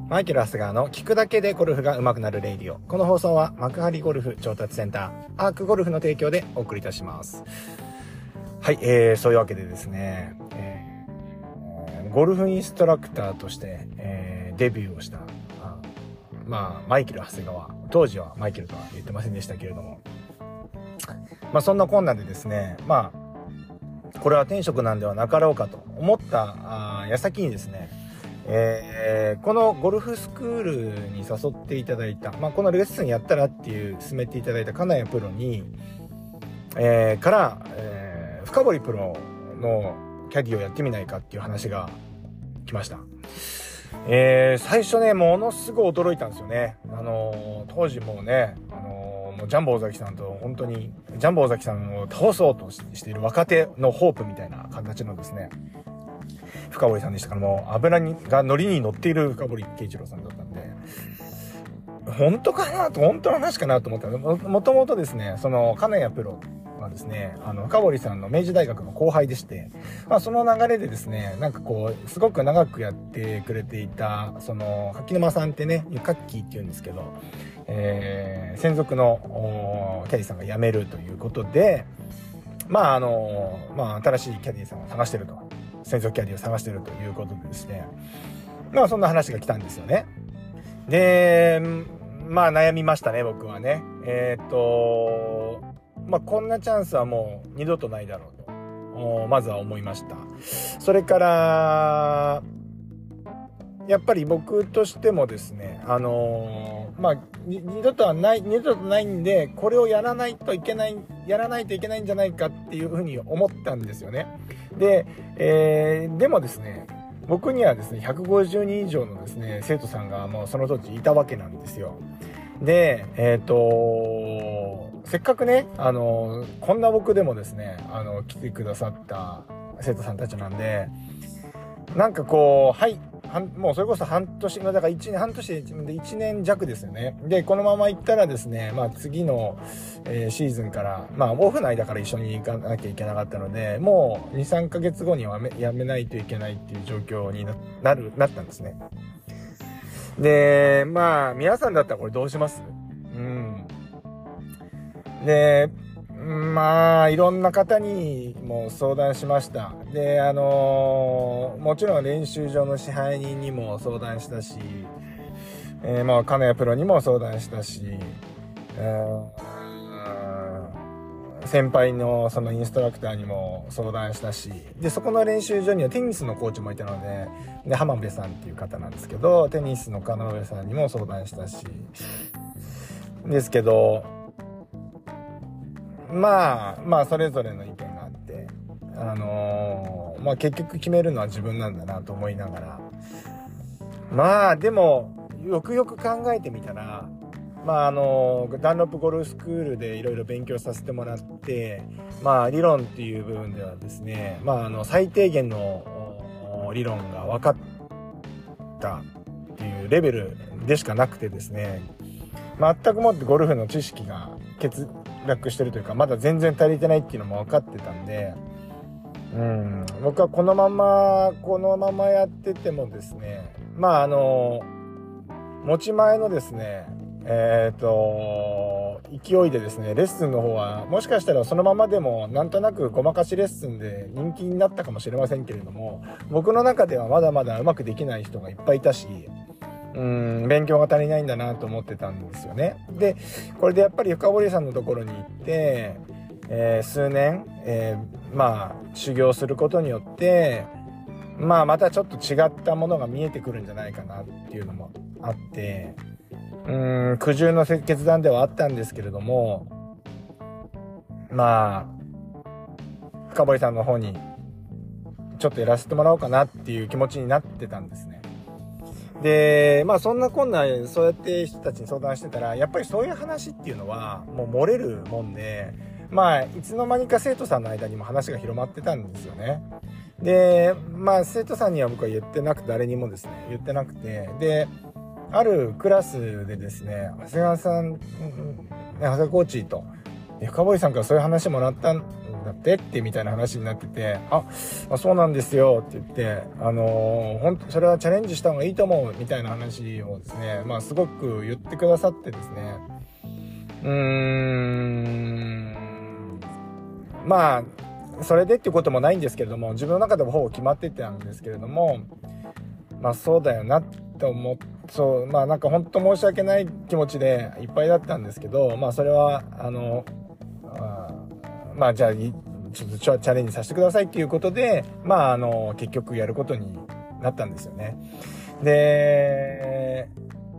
マイケル・ハスガーの聞くだけでゴルフが上手くなるレイディオ。この放送は幕張ゴルフ調達センターアークゴルフの提供でお送りいたします。はい、そういうわけでですね、ゴルフインストラクターとして、デビューをしたマイケル・ハスガーは、当時はマイケルとは言ってませんでしたけれども、そんなこんなでですね、これは転職なんではなかろうかと思った矢先にですね、このゴルフスクールに誘っていただいた、このレッスンやったらっていう勧めていただいた金谷プロに、深堀プロのキャディをやってみないかっていう話が来ました。最初ね、ものすごい驚いたんですよね。当時もうね、もうジャンボ尾崎さんと本当にジャンボ尾崎さんを倒そうとしている若手のホープみたいな形のですね、深堀さんでしたから、もうがノリに乗っている深堀圭一郎さんだったんで、本当かなと、本当の話かなと思ったら、もともとですね、その金谷プロはですね、深堀さんの明治大学の後輩でして、その流れでですね、すごく長くやってくれていた、その柿沼さんってね、カッキーって言うんですけど、専属のキャディさんが辞めるということで、新しいキャディさんを探してると、専属キャディを探してるということでですね、そんな話が来たんですよね。で、悩みましたね、僕はね。こんなチャンスはもう二度とないだろうと、まずは思いました。それから、やっぱり僕としてもですね、二度とないんで、これをやらないといけないんじゃないかっていうふうに思ったんですよね。で、でもですね、僕にはですね、150人以上のですね、生徒さんがもうその当時いたわけなんですよ。で、せっかくね、こんな僕でもですね、来てくださった生徒さんたちなんで、もうそれこそ半年、だから半年で1年弱ですよね。で、このまま行ったらですね、次の、シーズンから、オフの間から一緒に行かなきゃいけなかったので、もう2、3ヶ月後にはやめないといけないっていう状況になったんですね。で、皆さんだったらこれどうします？で、いろんな方にも相談しました。で、もちろん練習場の支配人にも相談したし、金谷プロにも相談したし、先輩のそのインストラクターにも相談したし、で、そこの練習場にはテニスのコーチもいたので、浜辺さんっていう方なんですけど、テニスの金辺さんにも相談したし、ですけど、それぞれの意見があって、結局決めるのは自分なんだなと思いながら、でも、よくよく考えてみたら、ダンロップゴルフスクールでいろいろ勉強させてもらって、理論っていう部分ではですね、最低限の理論が分かったっていうレベルでしかなくてですね、全くもってゴルフの知識が欠落してるというか、まだ全然足りてないっていうのも分かってたんで、僕はこのままやっててもですね、持ち前のですね、勢いでですね、レッスンの方はもしかしたらそのままでもなんとなくごまかしレッスンで人気になったかもしれませんけれども、僕の中ではまだまだうまくできない人がいっぱいいたし、勉強が足りないんだなと思ってたんですよね。で、これでやっぱり深堀さんのところに行って、数年、修行することによって、またちょっと違ったものが見えてくるんじゃないかなっていうのもあって、苦渋の決断ではあったんですけれども、深堀さんの方にちょっとやらせてもらおうかなっていう気持ちになってたんですね。で、そんなこんなそうやって人たちに相談してたら、やっぱりそういう話っていうのはもう漏れるもんで、いつの間にか生徒さんの間にも話が広まってたんですよね。で、生徒さんには僕は誰にもですね、言ってなくて、で、あるクラスでですね、長谷川コーチと、深堀さんからそういう話もらったんだってってみたいな話になってて、そうなんですよって言って、本当それはチャレンジした方がいいと思うみたいな話をですね、すごく言ってくださってですね、それでっていうこともないんですけれども、自分の中でもほぼ決まってたんですけれども、そうだよなって思って、なんか本当申し訳ない気持ちでいっぱいだったんですけど、それはじゃあちょっとチャレンジさせてくださいっていうことで、結局やることになったんですよね。で、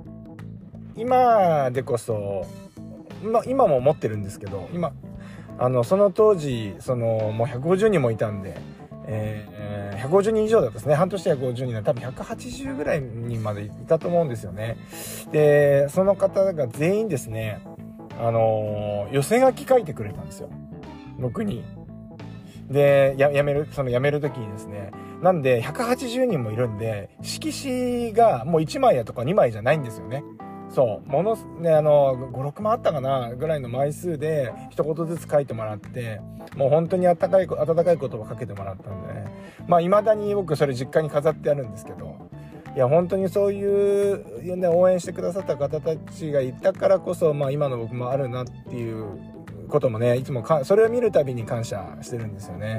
今でこそ、今も持ってるんですけど、その当時もう150人もいたんで、150人以上だったですね。半年で150人で多分180ぐらいにまでいたと思うんですよね。で、その方が全員ですね、寄せ書き書いてくれたんですよ、僕に。で、辞める時にですね、なんで180人もいるんで、色紙がもう1枚やとか2枚じゃないんですよね。そう、5、6万あったかなぐらいの枚数で一言ずつ書いてもらって、もう本当に温かい言葉かけてもらったんでね。未だに僕それ実家に飾ってあるんですけど、いや本当にそういうね、応援してくださった方たちがいたからこそ、今の僕もあるなっていうこともね、いつもそれを見るたびに感謝してるんですよね。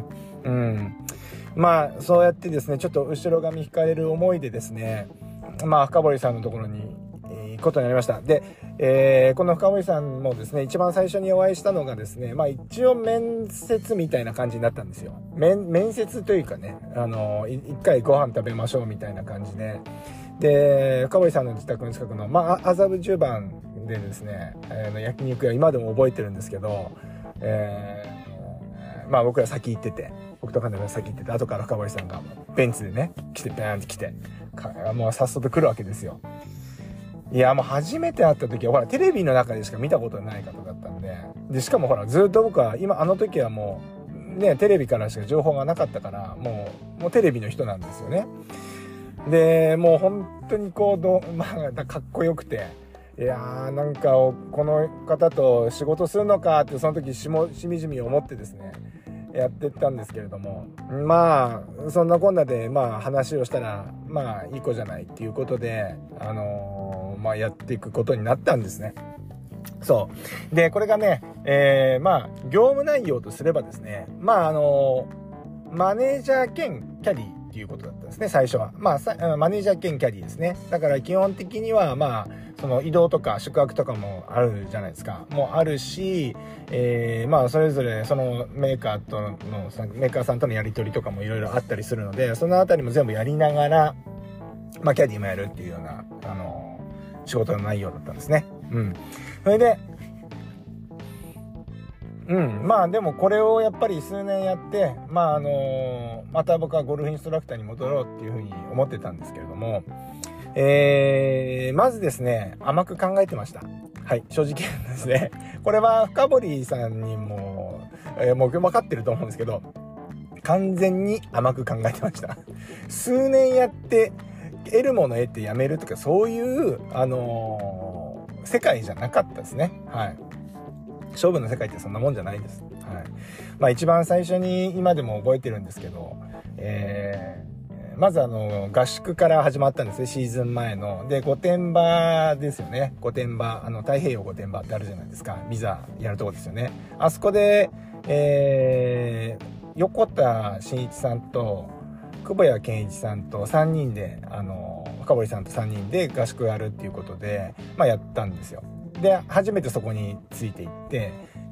そうやってですね、ちょっと後ろ髪引かれる思いでですね、深堀さんのところに行くことになりました。で、この深堀さんもですね、一番最初にお会いしたのがですね、一応面接みたいな感じになったんですよ。面接というかね、一回ご飯食べましょうみたいな感じで、深堀さんの自宅の近くの、麻布十番でですね、焼肉屋、今でも覚えてるんですけど、僕ら先行ってて、僕と彼女が先行ってて、後から深堀さんがベンツでね、バーンって来て、もうさっそと来るわけですよ。いや、もう初めて会った時は、ほら、テレビの中でしか見たことない方だったんで、しかもほら、ずっと僕は、あの時はもう、ね、テレビからしか情報がなかったから、もうテレビの人なんですよね。で、もう本当にかっこよくて、いやー、なんか、この方と仕事するのかって、その時しみじみ思ってですね、やってったんですけれども、そんなこんなで、話をしたら、いい子じゃないっていうことで、やっていくことになったんですね。そう。で、これがね、業務内容とすればですね、マネージャー兼キャディっていうことだったんですね、最初は。マネージャー兼キャディですね。だから基本的には、その移動とか宿泊とかもあるじゃないですか。もうあるし、それぞれそのメーカーさんとのやり取りとかもいろいろあったりするので、そのあたりも全部やりながら、キャディもやるっていうような、仕事の内容だったんですね。それで、でもこれをやっぱり数年やって、また僕はゴルフインストラクターに戻ろうっていうふうに思ってたんですけれども、まずですね、甘く考えてました。はい、正直ですね。これは深堀さんにも、もう分かってると思うんですけど、完全に甘く考えてました。数年やって、得るもの得てやめるとか、そういう、世界じゃなかったですね。はい。勝負の世界ってそんなもんじゃないです。はい。一番最初に今でも覚えてるんですけど、まず合宿から始まったんですね、シーズン前の。で、御殿場ですよね。御殿場、太平洋御殿場ってあるじゃないですか。ビザやるとこですよね。あそこで、横田真一さんと、久保谷健一さんと3人で、深堀さんと3人で合宿やるっていうことで、やったんですよ。で、初めてそこについていって、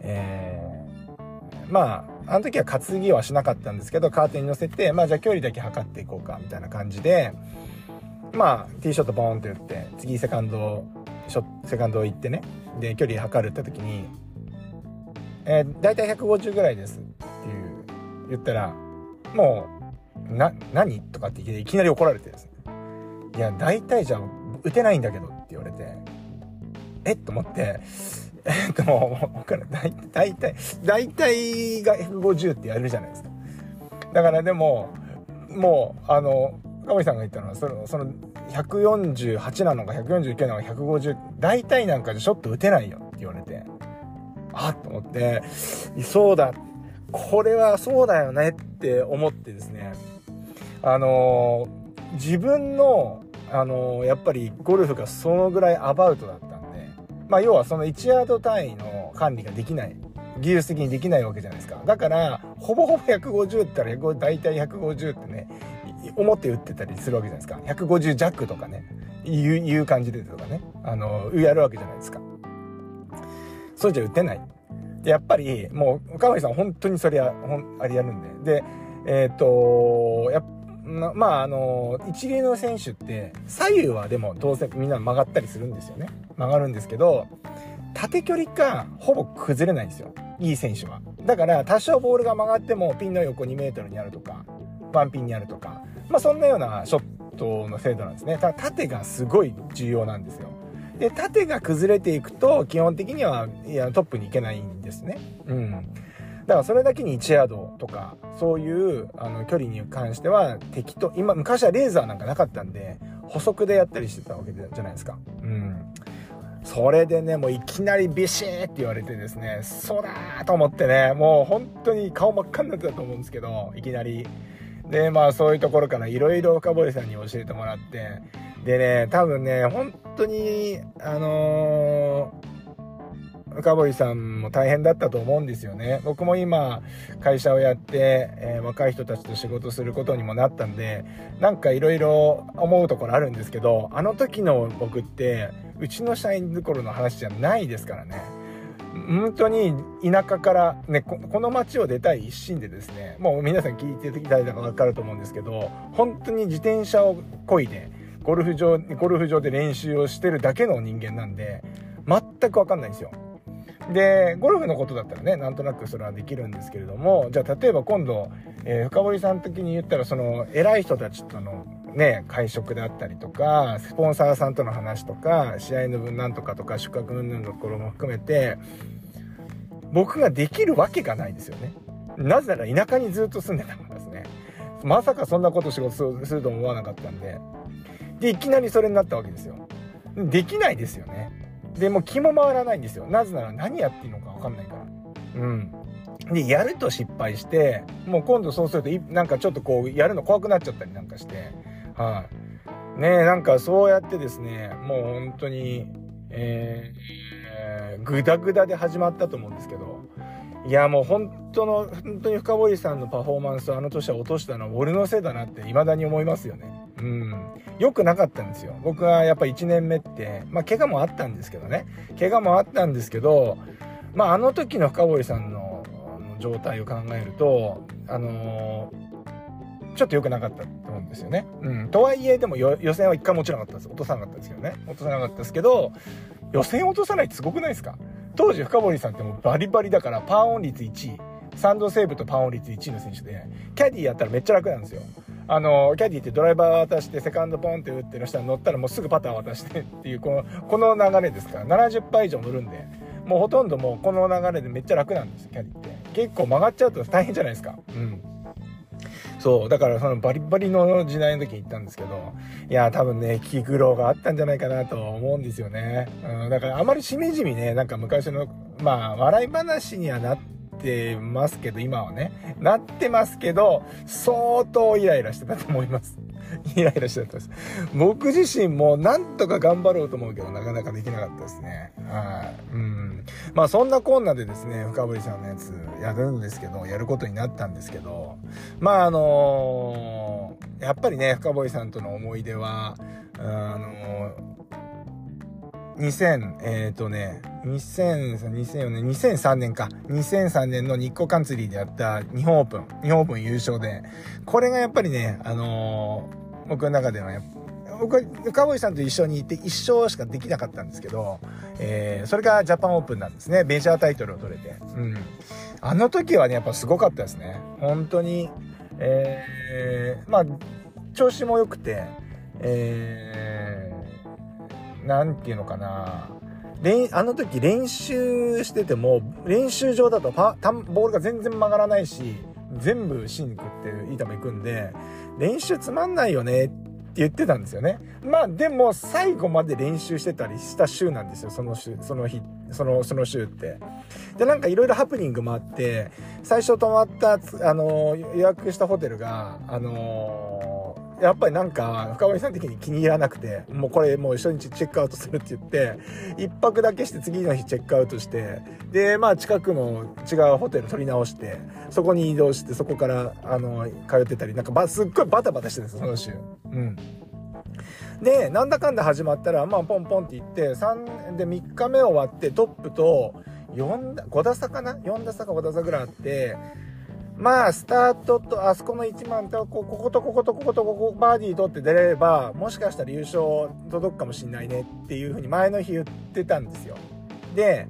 あの時は担ぎはしなかったんですけど、カートに乗せて、じゃあ距離だけ測っていこうか、みたいな感じで、ティーショットボーンと言って、次セカンド行ってね、で、距離測るって時に、だいたい150ぐらいですって言ったら、もう、何とかっていきなり怒られてですね。いや、だいたいじゃ打てないんだけどって言われて、と思って、もう、分からない。だいたいが F50 ってやるじゃないですか。だからでも、もう、深堀さんが言ったのは、その、148なのか149なのか150、だいたいなんかでちょっと打てないよって言われて、と思って、そうだ。 これはそうだよねって思ってですね、自分の、やっぱりゴルフがそのぐらいアバウトだったんで、要はその1ヤード単位の管理ができない、技術的にできないわけじゃないですか。だからほぼほぼ150って言ったら大体150ってね思って打ってたりするわけじゃないですか。150弱とかねいう感じでとかねやるわけじゃないですか。そうじゃ打てない。でやっぱりもう岡森さん本当にそれあれやるんで、一流の選手って左右はでもどうせみんな曲がったりするんですよね。曲がるんですけど縦距離がほぼ崩れないんですよ、いい選手は。だから多少ボールが曲がってもピンの横2メートルにあるとかワンピンにあるとか、そんなようなショットの精度なんですね。ただ縦がすごい重要なんですよ。で縦が崩れていくと基本的にはトップに行けないんですね。だからそれだけに1ヤードとかそういう距離に関しては昔はレーザーなんかなかったんで補足でやったりしてたわけじゃないですか。それでねもういきなりビシーって言われてですね、そうだーと思ってね、もう本当に顔真っ赤になってたと思うんですけど、いきなりでそういうところからいろいろ深堀さんに教えてもらって、でね多分ね本当に深堀さんも大変だったと思うんですよね。僕も今会社をやって、若い人たちと仕事することにもなったんでなんかいろいろ思うところあるんですけど、あの時の僕ってうちの社員どころの話じゃないですからね。本当に田舎からねこの町を出たい一心でですね、もう皆さん聞いていただいたら分かると思うんですけど、本当に自転車を漕いでゴルフ場で練習をしてるだけの人間なんで全く分かんないんですよ。でゴルフのことだったらねなんとなくそれはできるんですけれども、じゃあ例えば今度、深堀さん的に言ったらその偉い人たちとのね会食であったりとかスポンサーさんとの話とか試合の分なんとかとか宿泊云々のところも含めて僕ができるわけがないですよね。なぜなら田舎にずっと住んでたからですね。まさかそんなこと仕事すると思わなかったんで、いきなりそれになったわけですよ。できないですよね。でもう気も回らないんですよ。なぜなら何やっていいのか分かんないから。でやると失敗してもう今度そうするとなんかちょっとこうやるの怖くなっちゃったりなんかしてなんかそうやってですねもう本当にグダグダで始まったと思うんですけど、いやもう本当に深堀さんのパフォーマンスをあの年は落としたのは俺のせいだなって未だに思いますよね。良くなかったんですよ。僕はやっぱ1年目って怪我もあったんですけどあの時の深堀さんの状態を考えるとちょっと良くなかったと思うんですよね。とはいえでも予選は1回も落ちなかったです。落とさなかったですけどね。落とさなかったですけど予選落とさないってすごくないですか？当時深堀さんってもうバリバリだからパーオン率1位、サンドセーブとパーオン率1位の選手でキャディやったらめっちゃ楽なんですよ。キャディってドライバー渡してセカンドポンって打っての下に乗ったらもうすぐパター渡してっていうこの流れですから70%以上乗るんでもうほとんどもうこの流れでめっちゃ楽なんですよ。キャディって結構曲がっちゃうと大変じゃないですか。そうだからそのバリバリの時代の時に行ったんですけど、いや多分ね気苦労があったんじゃないかなと思うんですよね。だからあまりしみじみねなんか昔の笑い話にはなってますけど今はねなってますけど相当イライラしてたと思います。イライラしてたんです。僕自身もなんとか頑張ろうと思うけどなかなかできなかったですね。そんなこんなでですね深堀さんのやつやることになったんですけどやっぱりね深堀さんとの思い出は2003年の日光カンツリーでやった日本オープン優勝で、これがやっぱりね僕の中では僕は深堀さんと一緒にいて1勝しかできなかったんですけど、それがジャパンオープンなんですね。メジャータイトルを取れて、あの時はねやっぱすごかったですね本当に。調子も良くてなんていうのかな、あの時練習してても練習場だとボールが全然曲がらないし全部芯に食っていい球いくんで練習つまんないよねっ言ってたんですよね。まあでも最後まで練習してたりした週なんですよ、その週って。で、なんかいろいろハプニングもあって、最初泊まった予約したホテルがやっぱりなんか深堀さん的に気に入らなくて、もうこれもう一緒にチェックアウトするって言って一泊だけして次の日チェックアウトして、でまあ近くの違うホテル取り直してそこに移動して、そこから通ってたり、なんかすっごいバタバタしてるんですよ、その週。でなんだかんだ始まったらまあポンポンっていって3日目終わって、トップと5打差かな、4打差か5打差ぐらいあって、まあスタートとあそこの1番とこことこことこことここバーディー取って出れればもしかしたら優勝届くかもしんないねっていう風に前の日言ってたんですよ。で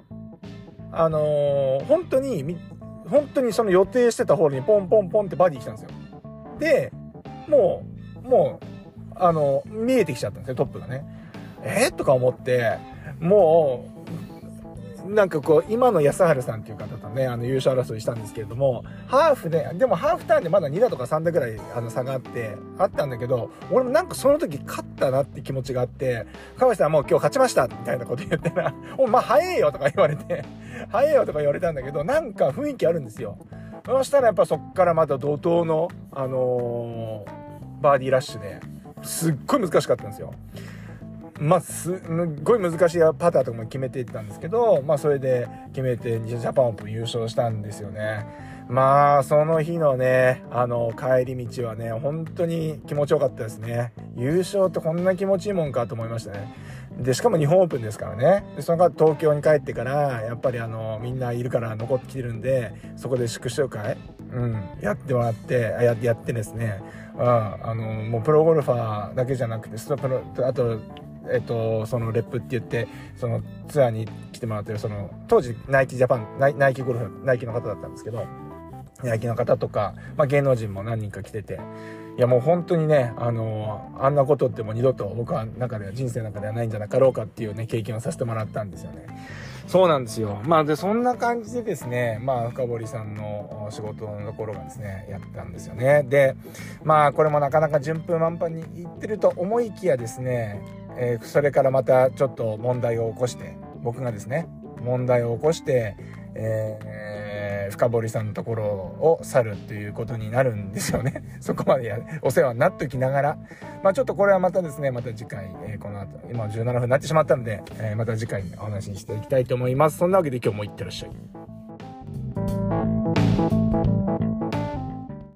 本当にその予定してたホールにポンポンポンってバーディー来たんですよ。でもう見えてきちゃったんですよ、トップがね。とか思って、もうなんかこう今の安原さんっていう方とね優勝争いしたんですけれども、ハーフターンでまだ2打とか3打ぐらい差があったんだけど、俺もなんかその時勝ったなって気持ちがあって、川内さんもう今日勝ちましたみたいなこと言ってなまあ早えよとか言われて早えよとか言われたんだけど、なんか雰囲気あるんですよ。そしたらやっぱそっからまた怒涛のバーディーラッシュですっごい難しかったんですよ。まあ、すっごい難しいパターとかも決めていったんですけど、まあそれで決めてジャパンオープン優勝したんですよね。まあその日のね帰り道はね本当に気持ちよかったですね。優勝ってこんな気持ちいいもんかと思いましたね。でしかも日本オープンですからね。でその後東京に帰ってからやっぱりみんないるから残ってきてるんで、そこで祝勝会やってもらってやってですね、もうプロゴルファーだけじゃなくてあとそのレップって言ってそのツアーに来てもらってるその当時ナイキジャパンナイキゴルフナイキの方だったんですけど、ナイキの方とか、まあ、芸能人も何人か来てて、いやもう本当にねあんなことってもう二度と僕は人生の中ではないんじゃなかろうかっていうね経験をさせてもらったんですよね。そうなんですよ。まあでそんな感じでですね、まあ深堀さんの仕事のところがですねやったんですよね。でまあこれもなかなか順風満帆にいってると思いきやですね、それからまたちょっと問題を起こして、僕がですね問題を起こして、深堀さんのところを去るっていうことになるんですよね。そこまでお世話になっときながら、まあちょっとこれはまたですねまた次回、この後今17分になってしまったので、また次回お話ししていきたいと思います。そんなわけで今日もいってらっしゃい。